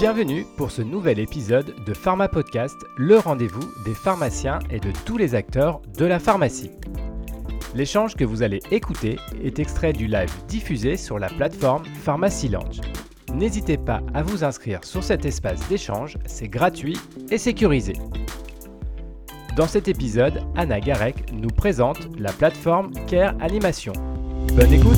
Bienvenue pour ce nouvel épisode de Pharma Podcast, le rendez-vous des pharmaciens et de tous les acteurs de la pharmacie. L'échange que vous allez écouter est extrait du live diffusé sur la plateforme Pharmacy Lounge. N'hésitez pas à vous inscrire sur cet espace d'échange, c'est gratuit et sécurisé. Dans cet épisode, Anna Garek nous présente la plateforme Care Animation. Bonne écoute!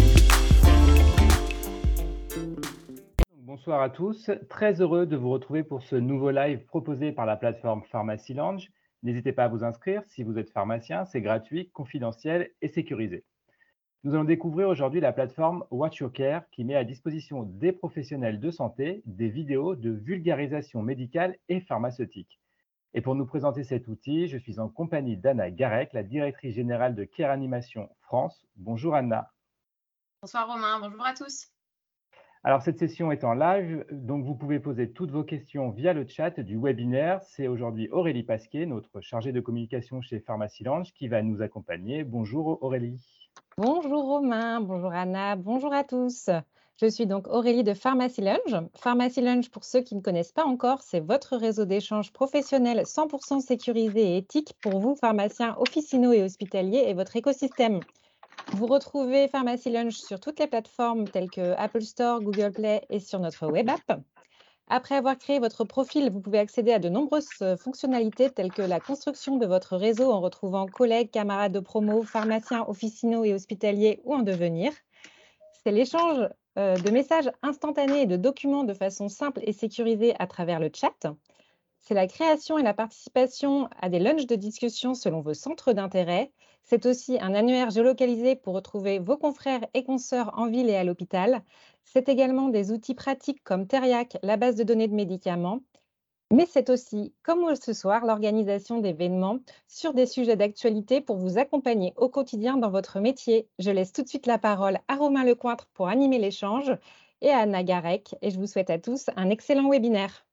Bonsoir à tous, très heureux de vous retrouver pour ce nouveau live proposé par la plateforme Pharmacy Lounge. N'hésitez pas à vous inscrire si vous êtes pharmacien, c'est gratuit, confidentiel et sécurisé. Nous allons découvrir aujourd'hui la plateforme Watch Your Care qui met à disposition des professionnels de santé des vidéos de vulgarisation médicale et pharmaceutique. Et pour nous présenter cet outil, je suis en compagnie d'Anna Garek, la directrice générale de Care Animation France. Bonjour Anna. Bonsoir Romain, bonjour à tous. Alors, cette session est en live, donc vous pouvez poser toutes vos questions via le chat du webinaire. C'est aujourd'hui Aurélie Pasquet, notre chargée de communication chez Pharmacy Lounge, qui va nous accompagner. Bonjour Aurélie. Bonjour Romain, bonjour Anna, bonjour à tous. Je suis donc Aurélie de Pharmacy Lounge. Pharmacy Lounge, pour ceux qui ne connaissent pas encore, c'est votre réseau d'échange professionnel 100% sécurisé et éthique pour vous, pharmaciens officinaux et hospitaliers, et votre écosystème. Vous retrouvez Pharmacy Lounge sur toutes les plateformes telles que Apple Store, Google Play et sur notre web app. Après avoir créé votre profil, vous pouvez accéder à de nombreuses fonctionnalités telles que la construction de votre réseau en retrouvant collègues, camarades de promo, pharmaciens, officinaux et hospitaliers ou en devenir. C'est l'échange de messages instantanés et de documents de façon simple et sécurisée à travers le chat. C'est la création et la participation à des lunchs de discussion selon vos centres d'intérêt. C'est aussi un annuaire géolocalisé pour retrouver vos confrères et consoeurs en ville et à l'hôpital. C'est également des outils pratiques comme Teriac, la base de données de médicaments. Mais c'est aussi, comme ce soir, l'organisation d'événements sur des sujets d'actualité pour vous accompagner au quotidien dans votre métier. Je laisse tout de suite la parole à Romain Lecointre pour animer l'échange et à Anna Garek. Et je vous souhaite à tous un excellent webinaire.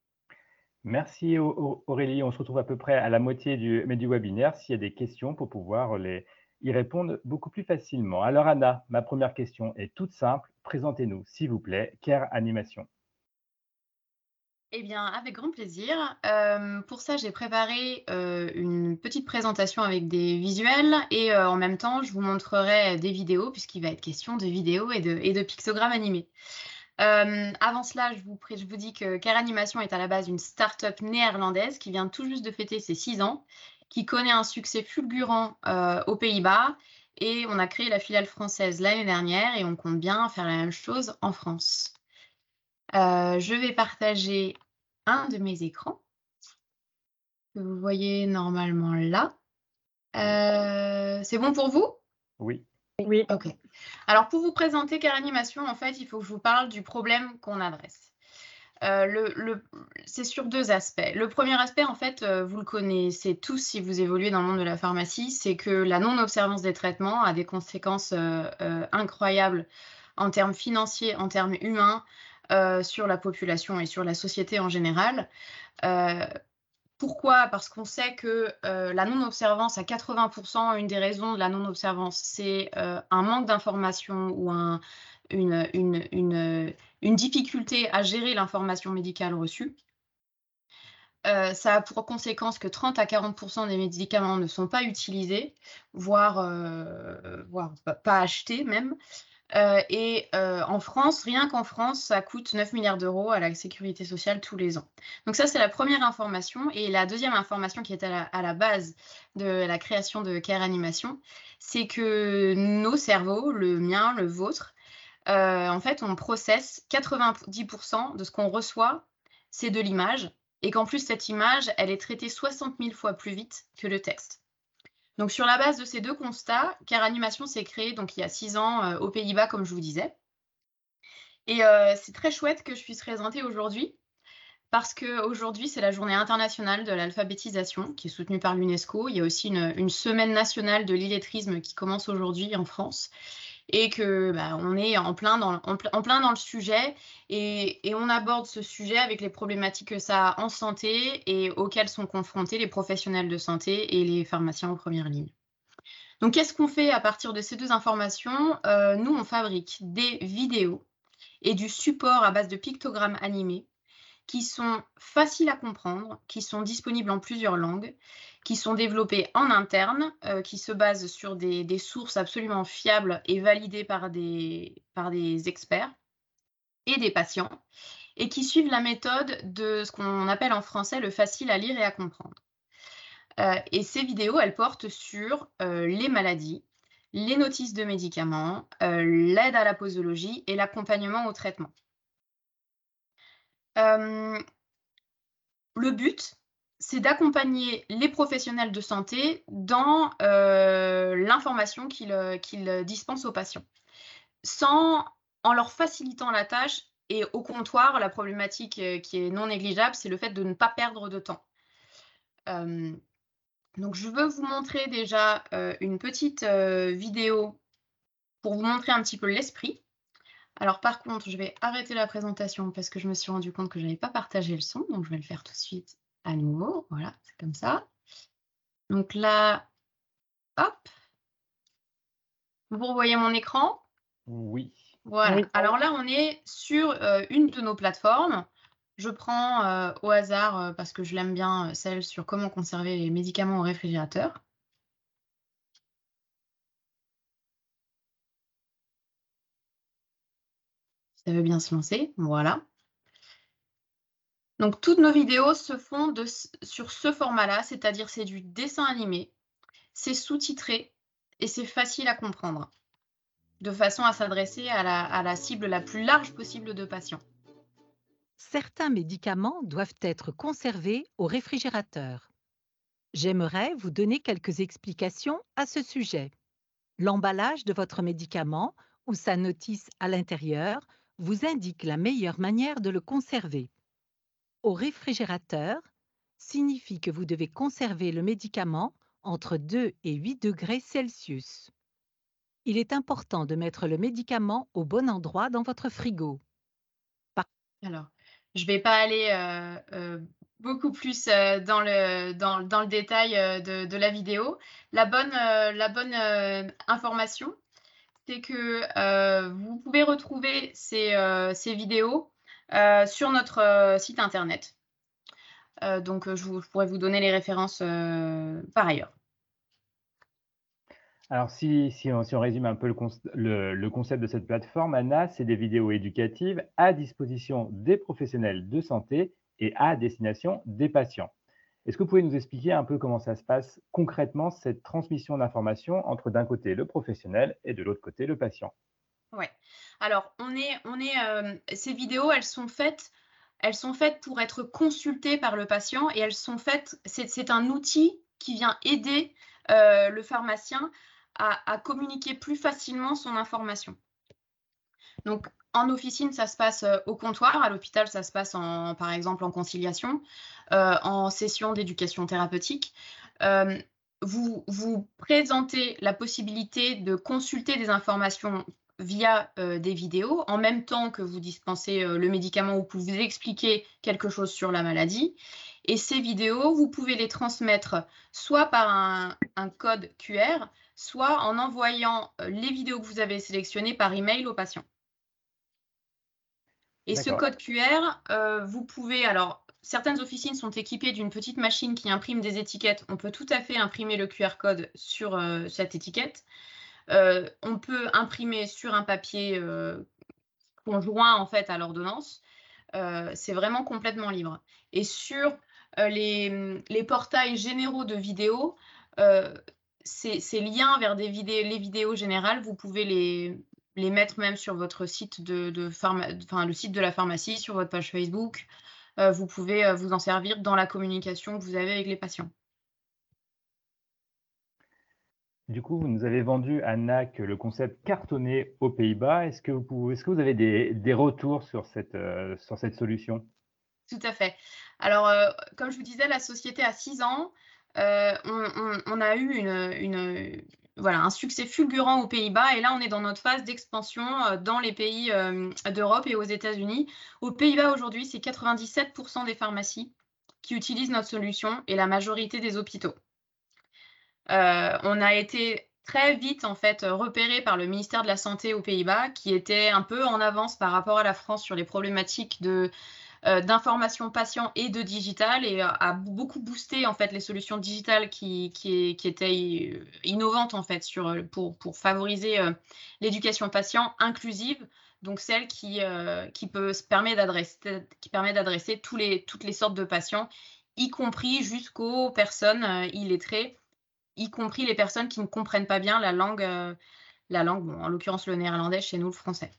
Merci Aurélie. On se retrouve à peu près à la moitié du webinaire s'il y a des questions pour pouvoir y répondre beaucoup plus facilement. Alors Anna, ma première question est toute simple. Présentez-nous, s'il vous plaît, Care Animation. Eh bien, avec grand plaisir. Pour ça, j'ai préparé une petite présentation avec des visuels et en même temps, je vous montrerai des vidéos puisqu'il va être question de vidéos et de pictogrammes animés. Avant cela, je vous dis que Care Animation est à la base une start-up néerlandaise qui vient tout juste de fêter ses 6 ans, qui connaît un succès fulgurant aux Pays-Bas et on a créé la filiale française l'année dernière et on compte bien faire la même chose en France. Je vais partager un de mes écrans que vous voyez normalement là. C'est bon pour vous? Oui. Oui. Ok. Alors, pour vous présenter Care Animation, en fait, il faut que je vous parle du problème qu'on adresse. C'est sur deux aspects. Le premier aspect, en fait, vous le connaissez tous si vous évoluez dans le monde de la pharmacie, c'est que la non-observance des traitements a des conséquences incroyables en termes financiers, en termes humains, sur la population et sur la société en général. Pourquoi? Parce qu'on sait que la non-observance, à 80%, une des raisons de la non-observance, c'est un manque d'information ou une difficulté à gérer l'information médicale reçue. Ça a pour conséquence que 30 à 40% des médicaments ne sont pas utilisés, voire pas achetés même. En France, rien qu'en France, ça coûte 9 milliards d'euros à la sécurité sociale tous les ans. Donc ça, c'est la première information. Et la deuxième information qui est à la base de la création de Care Animation, c'est que nos cerveaux, le mien, le vôtre, en fait, on processe 90% de ce qu'on reçoit, c'est de l'image. Et qu'en plus, cette image, elle est traitée 60 000 fois plus vite que le texte. Donc, sur la base de ces deux constats, Care Animation s'est créé donc, il y a 6 ans aux Pays-Bas, comme je vous disais. Et c'est très chouette que je puisse présenter aujourd'hui, parce qu'aujourd'hui, c'est la journée internationale de l'alphabétisation, qui est soutenue par l'UNESCO. Il y a aussi une semaine nationale de l'illettrisme qui commence aujourd'hui en France. Et que on est en plein dans le sujet et on aborde ce sujet avec les problématiques que ça a en santé et auxquelles sont confrontés les professionnels de santé et les pharmaciens en première ligne. Donc, qu'est-ce qu'on fait à partir de ces deux informations? Nous, on fabrique des vidéos et du support à base de pictogrammes animés qui sont faciles à comprendre, qui sont disponibles en plusieurs langues, qui sont développés en interne, qui se basent sur des sources absolument fiables et validées par des experts et des patients, et qui suivent la méthode de ce qu'on appelle en français le facile à lire et à comprendre. Et ces vidéos, elles portent sur les maladies, les notices de médicaments, l'aide à la posologie et l'accompagnement au traitement. Le but, c'est d'accompagner les professionnels de santé dans l'information qu'ils dispensent aux patients, en leur facilitant la tâche. Et au comptoir, la problématique qui est non négligeable, c'est le fait de ne pas perdre de temps. Donc, je veux vous montrer déjà une petite vidéo pour vous montrer un petit peu l'esprit. Alors, par contre, je vais arrêter la présentation parce que je me suis rendu compte que je n'avais pas partagé le son. Donc, je vais le faire tout de suite à nouveau. Voilà, c'est comme ça. Donc là, hop. Vous revoyez mon écran? Oui. Voilà. Oui. Alors là, on est sur une de nos plateformes. Je prends au hasard, parce que je l'aime bien, celle sur comment conserver les médicaments au réfrigérateur. Ça veut bien se lancer, voilà. Donc toutes nos vidéos se font sur ce format-là, c'est-à-dire c'est du dessin animé, c'est sous-titré et c'est facile à comprendre, de façon à s'adresser à la cible la plus large possible de patients. Certains médicaments doivent être conservés au réfrigérateur. J'aimerais vous donner quelques explications à ce sujet. L'emballage de votre médicament ou sa notice à l'intérieur vous indique la meilleure manière de le conserver. Au réfrigérateur signifie que vous devez conserver le médicament entre 2 et 8 degrés Celsius. Il est important de mettre le médicament au bon endroit dans votre frigo. Alors, je ne vais pas aller beaucoup plus dans le détail de la vidéo. La bonne information, c'est que vous pouvez retrouver ces vidéos sur notre site internet. Donc, je pourrais vous donner les références par ailleurs. Alors, si on résume un peu le concept de cette plateforme, Anna, c'est des vidéos éducatives à disposition des professionnels de santé et à destination des patients. Est-ce que vous pouvez nous expliquer un peu comment ça se passe concrètement, cette transmission d'informations entre d'un côté le professionnel et de l'autre côté le patient? Ouais. Alors, ces vidéos, elles sont faites pour être consultées par le patient et c'est un outil qui vient aider le pharmacien à communiquer plus facilement son information. Donc, en officine, ça se passe au comptoir. À l'hôpital, ça se passe par exemple en conciliation, en session d'éducation thérapeutique. Vous présentez la possibilité de consulter des informations via des vidéos, en même temps que vous dispensez le médicament ou que vous expliquez quelque chose sur la maladie. Et ces vidéos, vous pouvez les transmettre soit par un code QR, soit en envoyant les vidéos que vous avez sélectionnées par email au patient. Et ce code QR, vous pouvez, alors certaines officines sont équipées d'une petite machine qui imprime des étiquettes. On peut tout à fait imprimer le QR code sur cette étiquette. On peut imprimer sur un papier qu'on joint en fait à l'ordonnance. C'est vraiment complètement libre. Et sur les portails généraux de vidéos, ces liens vers les vidéos générales, vous pouvez les mettre même sur votre site le site de la pharmacie, sur votre page Facebook. Vous pouvez vous en servir dans la communication que vous avez avec les patients. Du coup, vous nous avez vendu, Anna, que le concept cartonné aux Pays-Bas. Est-ce que vous avez des retours sur cette solution? Tout à fait. Alors, comme je vous disais, la société a 6 ans. On a eu un succès fulgurant aux Pays-Bas et là, on est dans notre phase d'expansion dans les pays d'Europe et aux États-Unis. Aux Pays-Bas, aujourd'hui, c'est 97% des pharmacies qui utilisent notre solution et la majorité des hôpitaux. On a été très vite en fait repéré par le ministère de la Santé aux Pays-Bas qui était un peu en avance par rapport à la France sur les problématiques de d'information patient et de digital et a beaucoup boosté en fait les solutions digitales qui étaient innovantes en fait pour favoriser l'éducation patient inclusive, donc celle qui permet d'adresser toutes les sortes de patients, y compris jusqu'aux personnes illettrées, y compris les personnes qui ne comprennent pas bien la langue, bon, en l'occurrence le néerlandais, chez nous le français.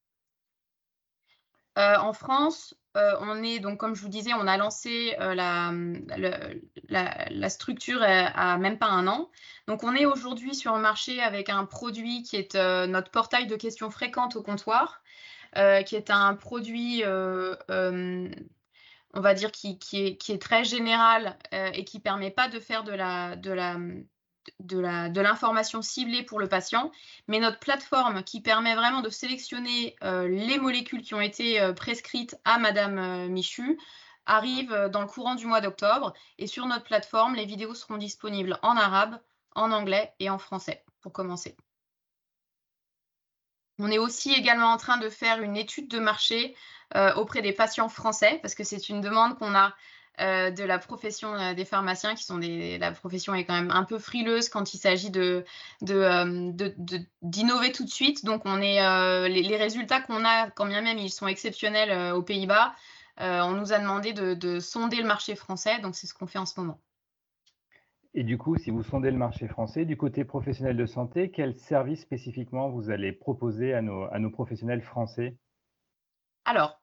En France, on est donc, comme je vous disais, on a lancé la structure à même pas 1 an. Donc, on est aujourd'hui sur le marché avec un produit qui est notre portail de questions fréquentes au comptoir, qui est un produit, on va dire, qui est très général et qui ne permet pas de faire de l'information ciblée pour le patient, mais notre plateforme qui permet vraiment de sélectionner les molécules qui ont été prescrites à Madame Michu arrive dans le courant du mois d'octobre. Et sur notre plateforme, les vidéos seront disponibles en arabe, en anglais et en français, pour commencer. On est aussi également en train de faire une étude de marché auprès des patients français, parce que c'est une demande qu'on a de la profession des pharmaciens, la profession est quand même un peu frileuse quand il s'agit d'innover tout de suite. Donc, les résultats qu'on a, quand bien même ils sont exceptionnels aux Pays-Bas, on nous a demandé de sonder le marché français, donc c'est ce qu'on fait en ce moment. Et du coup, si vous sondez le marché français, du côté professionnel de santé, quels services spécifiquement vous allez proposer à nos professionnels français? Alors,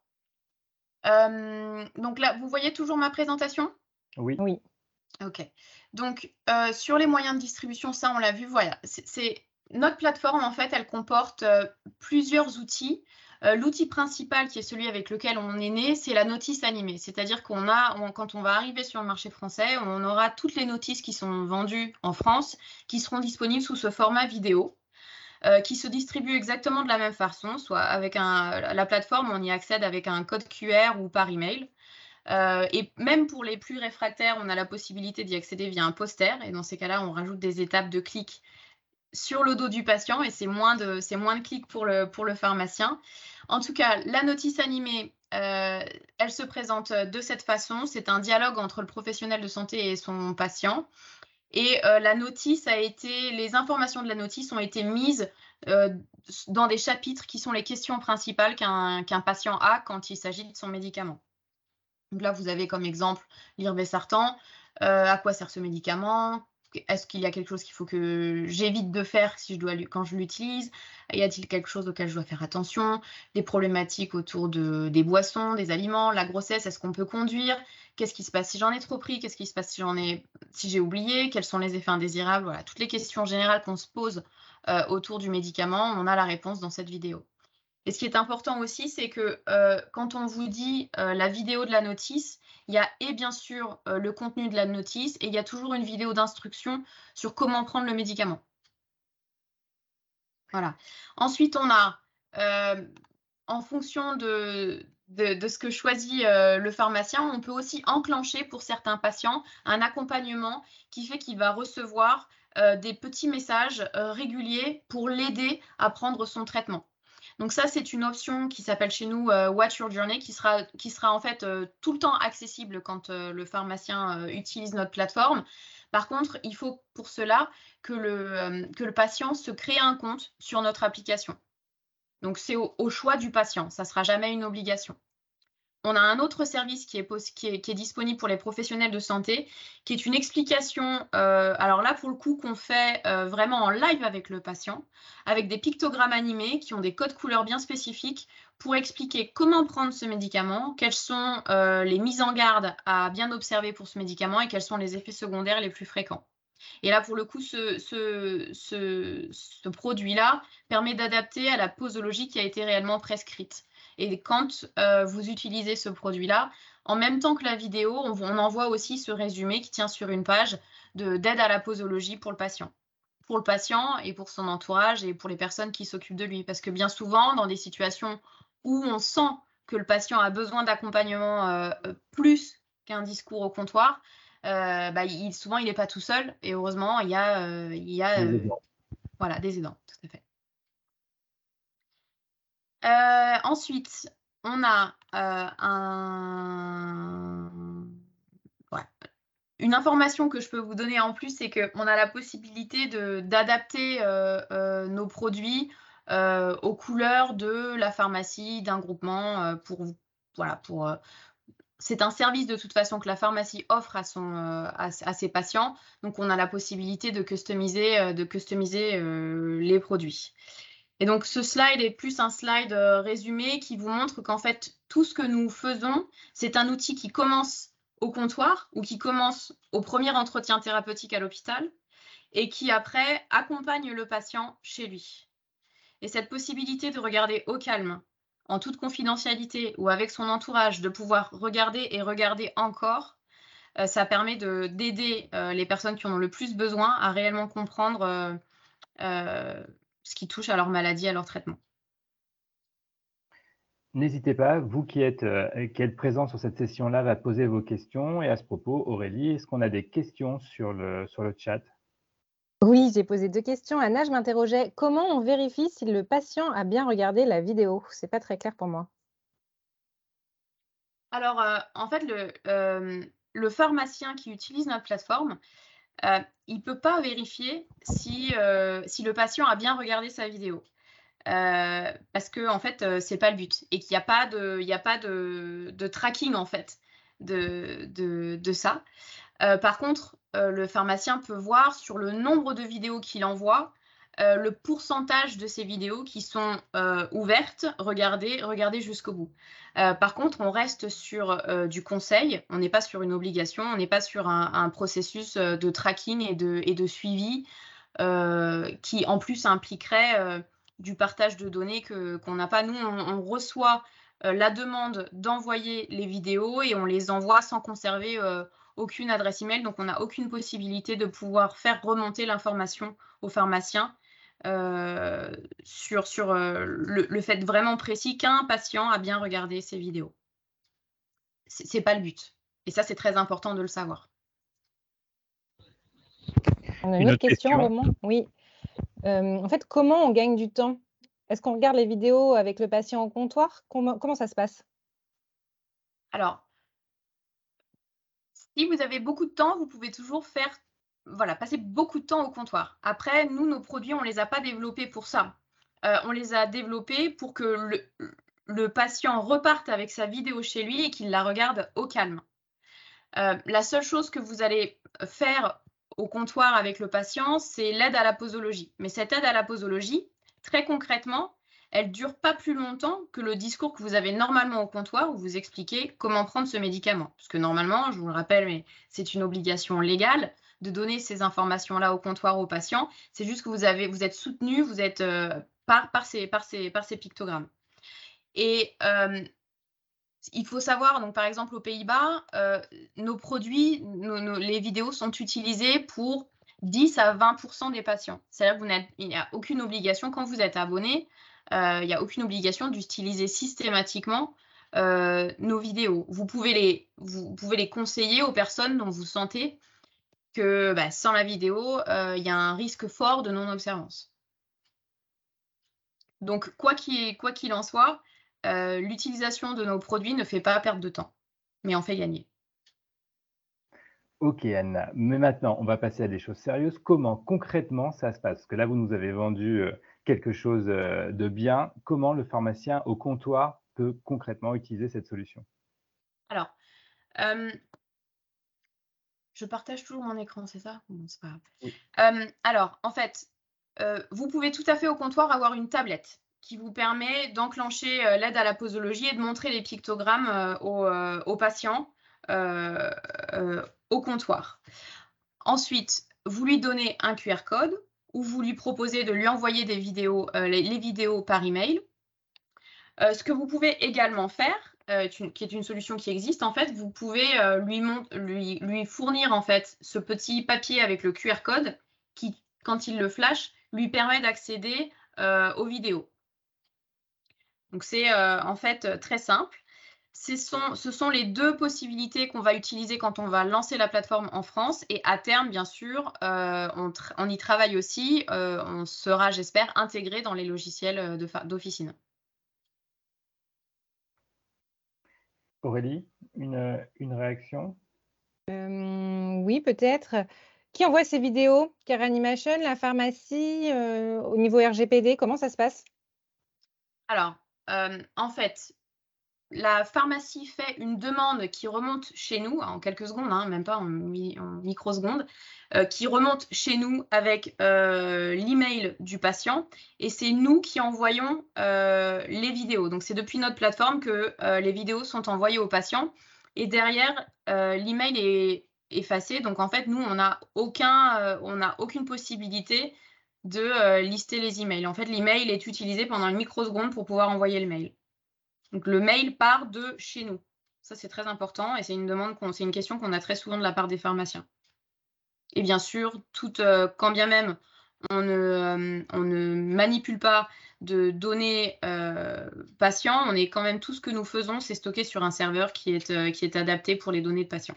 donc là, vous voyez toujours ma présentation? Oui. Oui. Ok. Donc, sur les moyens de distribution, ça, on l'a vu, voilà. Notre plateforme, en fait, elle comporte plusieurs outils. L'outil principal, qui est celui avec lequel on est né, c'est la notice animée. C'est-à-dire quand on va arriver sur le marché français, on aura toutes les notices qui sont vendues en France, qui seront disponibles sous ce format vidéo, qui se distribuent exactement de la même façon, soit avec la plateforme, on y accède avec un code QR ou par email. Et même pour les plus réfractaires, on a la possibilité d'y accéder via un poster. Et dans ces cas-là, on rajoute des étapes de clic sur le dos du patient et c'est moins de clics pour le pharmacien. En tout cas, la notice animée, elle se présente de cette façon. C'est un dialogue entre le professionnel de santé et son patient. Et les informations de la notice ont été mises dans des chapitres qui sont les questions principales qu'un patient a quand il s'agit de son médicament. Donc là, vous avez comme exemple l'irbesartan. À quoi sert ce médicament? Est-ce qu'il y a quelque chose qu'il faut que j'évite de faire quand je l'utilise? Y a-t-il quelque chose auquel je dois faire attention? Des problématiques autour des boissons, des aliments, la grossesse, est-ce qu'on peut conduire? Qu'est-ce qui se passe si j'en ai trop pris? Qu'est-ce qui se passe si j'ai oublié? Quels sont les effets indésirables? Voilà, toutes les questions générales qu'on se pose autour du médicament, on a la réponse dans cette vidéo. Et ce qui est important aussi, c'est que quand on vous dit la vidéo de la notice, il y a bien sûr le contenu de la notice et il y a toujours une vidéo d'instruction sur comment prendre le médicament. Voilà. Ensuite, on a, en fonction de ce que choisit le pharmacien, on peut aussi enclencher pour certains patients un accompagnement qui fait qu'il va recevoir des petits messages réguliers pour l'aider à prendre son traitement. Donc ça, c'est une option qui s'appelle chez nous Watch Your Journey, qui sera en fait tout le temps accessible quand le pharmacien utilise notre plateforme. Par contre, il faut pour cela que le patient se crée un compte sur notre application. Donc c'est au choix du patient, ça ne sera jamais une obligation. On a un autre service qui est disponible pour les professionnels de santé, qui est une explication, alors là pour le coup qu'on fait vraiment en live avec le patient, avec des pictogrammes animés qui ont des codes couleurs bien spécifiques pour expliquer comment prendre ce médicament, quelles sont les mises en garde à bien observer pour ce médicament et quels sont les effets secondaires les plus fréquents. Et là, pour le coup, ce produit-là permet d'adapter à la posologie qui a été réellement prescrite. Et quand vous utilisez ce produit-là, en même temps que la vidéo, on envoie aussi ce résumé qui tient sur une page d'aide à la posologie pour le patient. Pour le patient et pour son entourage et pour les personnes qui s'occupent de lui. Parce que bien souvent, dans des situations où on sent que le patient a besoin d'accompagnement plus qu'un discours au comptoir, souvent il n'est pas tout seul et heureusement il y a voilà, des aidants, tout à fait. Ensuite, on a une information que je peux vous donner en plus, c'est qu'on a la possibilité d'adapter nos produits aux couleurs de la pharmacie, d'un groupement. C'est un service de toute façon que la pharmacie offre à ses patients. Donc, on a la possibilité de customiser les produits. Et donc, ce slide est plus un slide résumé qui vous montre qu'en fait, tout ce que nous faisons, c'est un outil qui commence au comptoir ou qui commence au premier entretien thérapeutique à l'hôpital et qui après accompagne le patient chez lui. Et cette possibilité de regarder au calme, en toute confidentialité ou avec son entourage, de pouvoir regarder et regarder encore, ça permet d'aider les personnes qui en ont le plus besoin à réellement comprendre ce qui touche à leur maladie, à leur traitement. N'hésitez pas, vous qui êtes présent sur cette session-là, va poser vos questions. Et à ce propos, Aurélie, est-ce qu'on a des questions sur le chat? Oui, j'ai posé 2 questions. Anna, je m'interrogeais, comment on vérifie si le patient a bien regardé la vidéo? C'est pas très clair pour moi. Alors, en fait, le pharmacien qui utilise notre plateforme, il ne peut pas vérifier si le patient a bien regardé sa vidéo. Parce que en fait, c'est pas le but et qu'il n'y a pas de tracking en fait de ça. Par contre, le pharmacien peut voir sur le nombre de vidéos qu'il envoie, le pourcentage de ces vidéos qui sont ouvertes, regardées jusqu'au bout. Par contre, on reste sur du conseil, on n'est pas sur une obligation, on n'est pas sur un processus de tracking et de suivi qui en plus impliquerait du partage de données qu'on n'a pas. Nous, on reçoit la demande d'envoyer les vidéos et on les envoie sans conserver aucune adresse email. Donc, on n'a aucune possibilité de pouvoir faire remonter l'information au pharmacien sur le fait vraiment précis qu'un patient a bien regardé ces vidéos. C'est pas le but. Et ça, c'est très important de le savoir. On a une autre question, Roman? Oui. En fait, comment on gagne du temps? Est-ce qu'on regarde les vidéos avec le patient au comptoir? Comment ça se passe? Alors, si vous avez beaucoup de temps, vous pouvez toujours passer beaucoup de temps au comptoir. Après, nous, nos produits, on ne les a pas développés pour ça. On les a développés pour que le patient reparte avec sa vidéo chez lui et qu'il la regarde au calme. La seule chose que vous allez faire au comptoir avec le patient, c'est l'aide à la posologie. Mais cette aide à la posologie, très concrètement, elle ne dure pas plus longtemps que le discours que vous avez normalement au comptoir où vous expliquez comment prendre ce médicament. Parce que normalement, je vous le rappelle, mais c'est une obligation légale de donner ces informations-là au comptoir aux patients. C'est juste que vous êtes soutenu, vous êtes par ces pictogrammes. Et il faut savoir, donc par exemple aux Pays-Bas, nos produits, les vidéos sont utilisées pour 10 à 20% des patients. C'est-à-dire qu'il n'y a aucune obligation, quand vous êtes abonné, il n'y a aucune obligation d'utiliser systématiquement nos vidéos. Vous pouvez les conseiller aux personnes dont vous sentez que sans la vidéo, il y a un risque fort de non-observance. Donc, quoi qu'il en soit, l'utilisation de nos produits ne fait pas perdre de temps, mais en fait gagner. Ok Anna, mais maintenant on va passer à des choses sérieuses. Comment concrètement ça se passe? Parce que là vous nous avez vendu quelque chose de bien. Comment le pharmacien au comptoir peut concrètement utiliser cette solution? Alors, je partage toujours mon écran, c'est ça? Bon, c'est pas grave. Oui. Alors, en fait, vous pouvez tout à fait au comptoir avoir une tablette qui vous permet d'enclencher l'aide à la posologie et de montrer les pictogrammes aux patients au comptoir. Ensuite, vous lui donnez un QR code ou vous lui proposez de lui envoyer des vidéos, les vidéos par email. Ce que vous pouvez également faire, qui est une solution qui existe, en fait, vous pouvez lui fournir en fait ce petit papier avec le QR code qui, quand il le flash, lui permet d'accéder aux vidéos. Donc c'est en fait très simple. Ce sont les 2 possibilités qu'on va utiliser quand on va lancer la plateforme en France. Et à terme, bien sûr, on y travaille aussi. On sera, j'espère, intégré dans les logiciels d'officine. Aurélie, une réaction? Oui, peut-être. Qui envoie ces vidéos? Care Animation, la pharmacie, au niveau RGPD, comment ça se passe? Alors, en fait, la pharmacie fait une demande qui remonte chez nous en quelques secondes, hein, même pas en microsecondes, qui remonte chez nous avec l'email du patient et c'est nous qui envoyons les vidéos. Donc c'est depuis notre plateforme que les vidéos sont envoyées au patient et derrière l'email est effacé. Donc en fait, nous, on n'a aucune possibilité de lister les emails. En fait, l'email est utilisé pendant une microseconde pour pouvoir envoyer le mail. Donc le mail part de chez nous. Ça, c'est très important et c'est une question qu'on a très souvent de la part des pharmaciens. Et bien sûr, quand bien même on ne manipule pas de données patients, tout ce que nous faisons, c'est stocké sur un serveur qui est adapté pour les données de patients.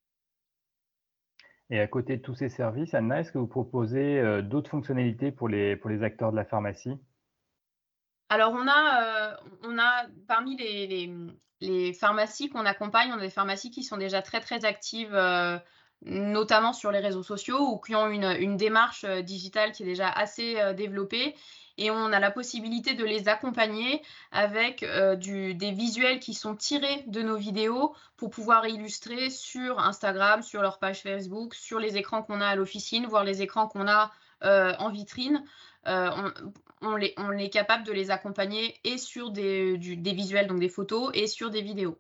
Et à côté de tous ces services, Anna, est-ce que vous proposez d'autres fonctionnalités pour les acteurs de la pharmacie? Alors on a parmi les pharmacies qu'on accompagne, on a des pharmacies qui sont déjà très, très actives, notamment sur les réseaux sociaux ou qui ont une démarche, digitale qui est déjà assez, développée et on a la possibilité de les accompagner avec, des visuels qui sont tirés de nos vidéos pour pouvoir illustrer sur Instagram, sur leur page Facebook, sur les écrans qu'on a à l'officine, voire les écrans qu'on a, en vitrine. On est capable de les accompagner et sur des visuels, donc des photos, et sur des vidéos.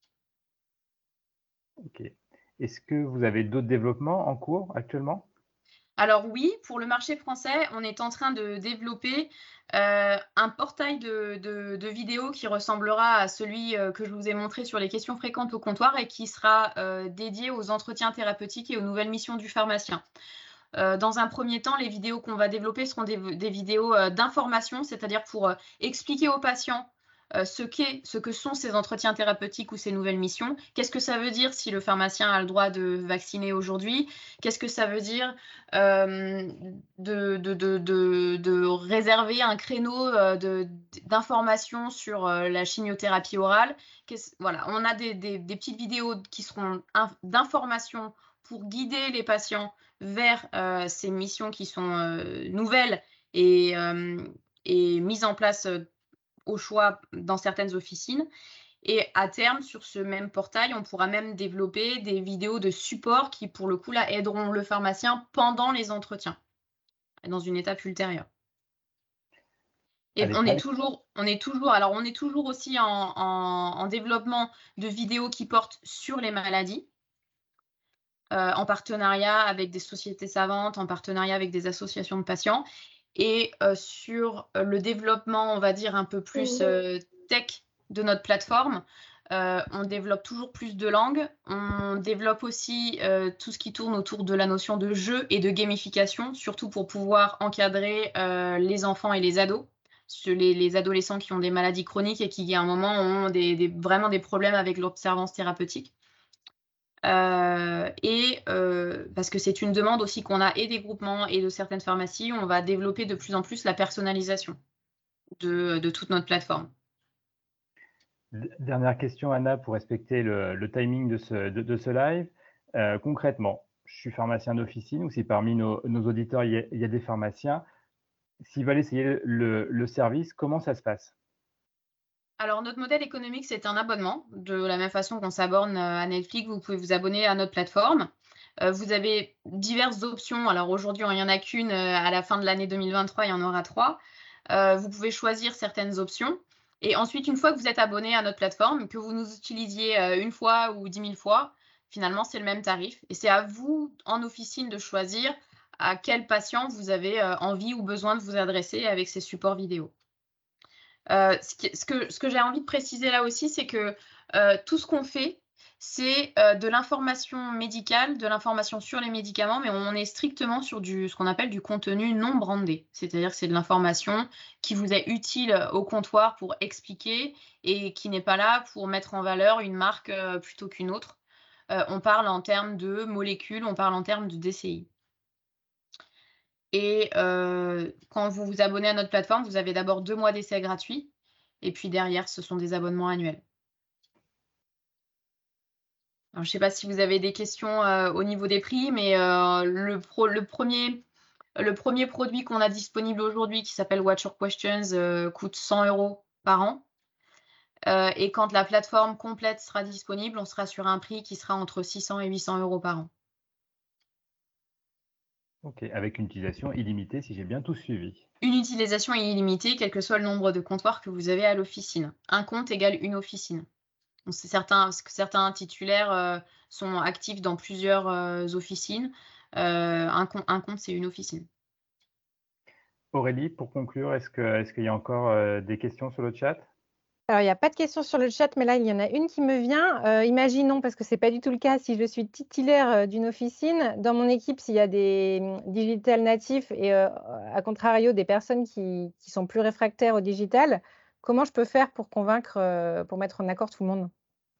OK. Est-ce que vous avez d'autres développements en cours actuellement? Alors oui, pour le marché français, on est en train de développer un portail de vidéos qui ressemblera à celui que je vous ai montré sur les questions fréquentes au comptoir et qui sera dédié aux entretiens thérapeutiques et aux nouvelles missions du pharmacien. Dans un premier temps, les vidéos qu'on va développer seront des vidéos d'information, c'est-à-dire pour expliquer aux patients ce que sont ces entretiens thérapeutiques ou ces nouvelles missions. Qu'est-ce que ça veut dire si le pharmacien a le droit de vacciner aujourd'hui? Qu'est-ce que ça veut dire de réserver un créneau d'information sur la chimiothérapie orale? Voilà, on a des petites vidéos qui seront d'information pour guider les patients vers ces missions qui sont nouvelles et mises en place au choix dans certaines officines. Et à terme, sur ce même portail, on pourra même développer des vidéos de support qui, pour le coup, là, aideront le pharmacien pendant les entretiens, dans une étape ultérieure. Et on est toujours aussi en développement de vidéos qui portent sur les maladies, en partenariat avec des sociétés savantes, en partenariat avec des associations de patients et sur le développement, on va dire, un peu plus tech de notre plateforme. On développe toujours plus de langues. On développe aussi tout ce qui tourne autour de la notion de jeu et de gamification, surtout pour pouvoir encadrer les enfants et les ados, les adolescents qui ont des maladies chroniques et qui, à un moment, ont vraiment des problèmes avec l'observance thérapeutique. Parce que c'est une demande aussi qu'on a et des groupements et de certaines pharmacies, on va développer de plus en plus la personnalisation de toute notre plateforme. Dernière question, Anna, pour respecter le timing de ce live. Concrètement, je suis pharmacien d'officine ou si parmi nos auditeurs, il y a des pharmaciens, s'ils veulent essayer le service, comment ça se passe? Alors notre modèle économique, c'est un abonnement. De la même façon qu'on s'abonne à Netflix, vous pouvez vous abonner à notre plateforme. Vous avez diverses options. Alors aujourd'hui, il n'y en a qu'une. À la fin de l'année 2023, il y en aura 3. Vous pouvez choisir certaines options. Et ensuite, une fois que vous êtes abonné à notre plateforme, que vous nous utilisiez une fois ou 10 000 fois, finalement, c'est le même tarif. Et c'est à vous, en officine, de choisir à quel patient vous avez envie ou besoin de vous adresser avec ces supports vidéo. Ce que j'ai envie de préciser là aussi, c'est que tout ce qu'on fait, c'est de l'information médicale, de l'information sur les médicaments, mais on est strictement sur ce qu'on appelle du contenu non brandé. C'est-à-dire que c'est de l'information qui vous est utile au comptoir pour expliquer et qui n'est pas là pour mettre en valeur une marque plutôt qu'une autre. On parle en termes de molécules, on parle en termes de DCI. Et quand vous vous abonnez à notre plateforme, vous avez d'abord 2 mois d'essai gratuits et puis derrière, ce sont des abonnements annuels. Alors, je ne sais pas si vous avez des questions au niveau des prix, mais le premier produit qu'on a disponible aujourd'hui, qui s'appelle Watch Your Questions, coûte 100 € par an. Et quand la plateforme complète sera disponible, on sera sur un prix qui sera entre 600 et 800 € par an. Ok, avec une utilisation illimitée, si j'ai bien tout suivi. Une utilisation illimitée, quel que soit le nombre de comptoirs que vous avez à l'officine. Un compte égale une officine. Donc, certains titulaires sont actifs dans plusieurs officines. Un compte, c'est une officine. Aurélie, pour conclure, est-ce qu'il y a encore des questions sur le chat? Alors, il n'y a pas de questions sur le chat, mais là, il y en a une qui me vient. Imaginons, parce que ce n'est pas du tout le cas, si je suis titulaire d'une officine, dans mon équipe, s'il y a des digital natifs et à contrario, des personnes qui sont plus réfractaires au digital, comment je peux faire pour convaincre, pour mettre en accord tout le monde?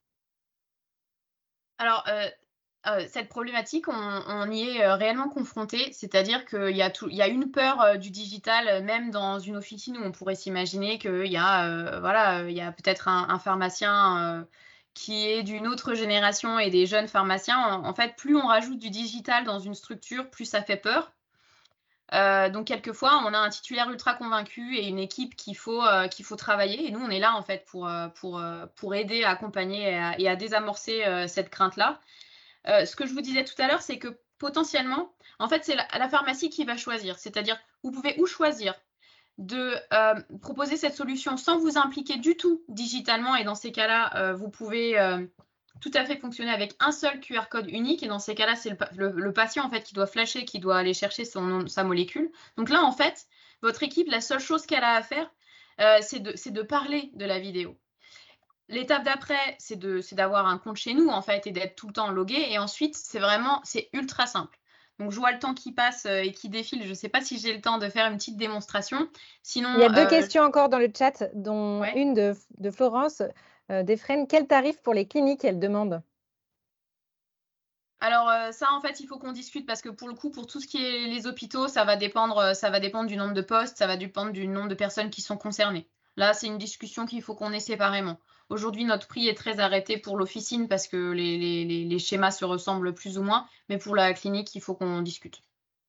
Alors, cette problématique, on y est réellement confronté. C'est-à-dire qu'il y a une peur du digital, même dans une officine où on pourrait s'imaginer qu'il y a, voilà, il y a peut-être un pharmacien qui est d'une autre génération et des jeunes pharmaciens. En fait, plus on rajoute du digital dans une structure, plus ça fait peur. Donc quelquefois, on a un titulaire ultra convaincu et une équipe qu'il faut travailler. Et nous, on est là en fait pour aider, accompagner et à désamorcer cette crainte-là. Ce que je vous disais tout à l'heure, c'est que potentiellement, en fait, c'est la pharmacie qui va choisir. C'est-à-dire, vous pouvez ou choisir de proposer cette solution sans vous impliquer du tout digitalement. Et dans ces cas-là, vous pouvez tout à fait fonctionner avec un seul QR code unique. Et dans ces cas-là, c'est le patient en fait qui doit flasher, qui doit aller chercher sa molécule. Donc là, en fait, votre équipe, la seule chose qu'elle a à faire, c'est de parler de la vidéo. L'étape d'après, c'est d'avoir un compte chez nous, en fait, et d'être tout le temps logué. Et ensuite, c'est ultra simple. Donc, je vois le temps qui passe et qui défile. Je ne sais pas si j'ai le temps de faire une petite démonstration. Sinon, Il y a 2 questions encore dans le chat, dont ouais. une de Florence Desfresnes. Quel tarif pour les cliniques, elle demande? Alors, ça, en fait, il faut qu'on discute parce que pour le coup, pour tout ce qui est les hôpitaux, ça va dépendre du nombre de postes, ça va dépendre du nombre de personnes qui sont concernées. Là, c'est une discussion qu'il faut qu'on ait séparément. Aujourd'hui, notre prix est très arrêté pour l'officine parce que les schémas se ressemblent plus ou moins, mais pour la clinique, il faut qu'on discute.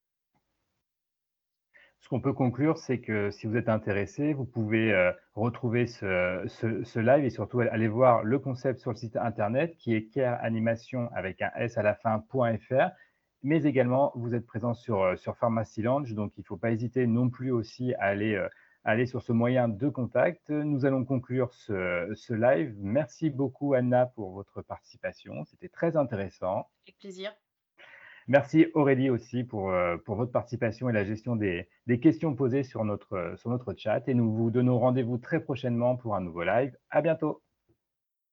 Ce qu'on peut conclure, c'est que si vous êtes intéressé, vous pouvez retrouver ce live et surtout aller voir le concept sur le site internet qui est careanimation avec un S à la fin.fr. Mais également, vous êtes présent sur Pharmacy Lounge, donc il ne faut pas hésiter non plus aussi à aller sur ce moyen de contact. Nous allons conclure ce live. Merci beaucoup, Anna, pour votre participation. C'était très intéressant. Avec plaisir. Merci Aurélie aussi pour votre participation et la gestion des questions posées sur notre chat. Et nous vous donnons rendez-vous très prochainement pour un nouveau live. À bientôt.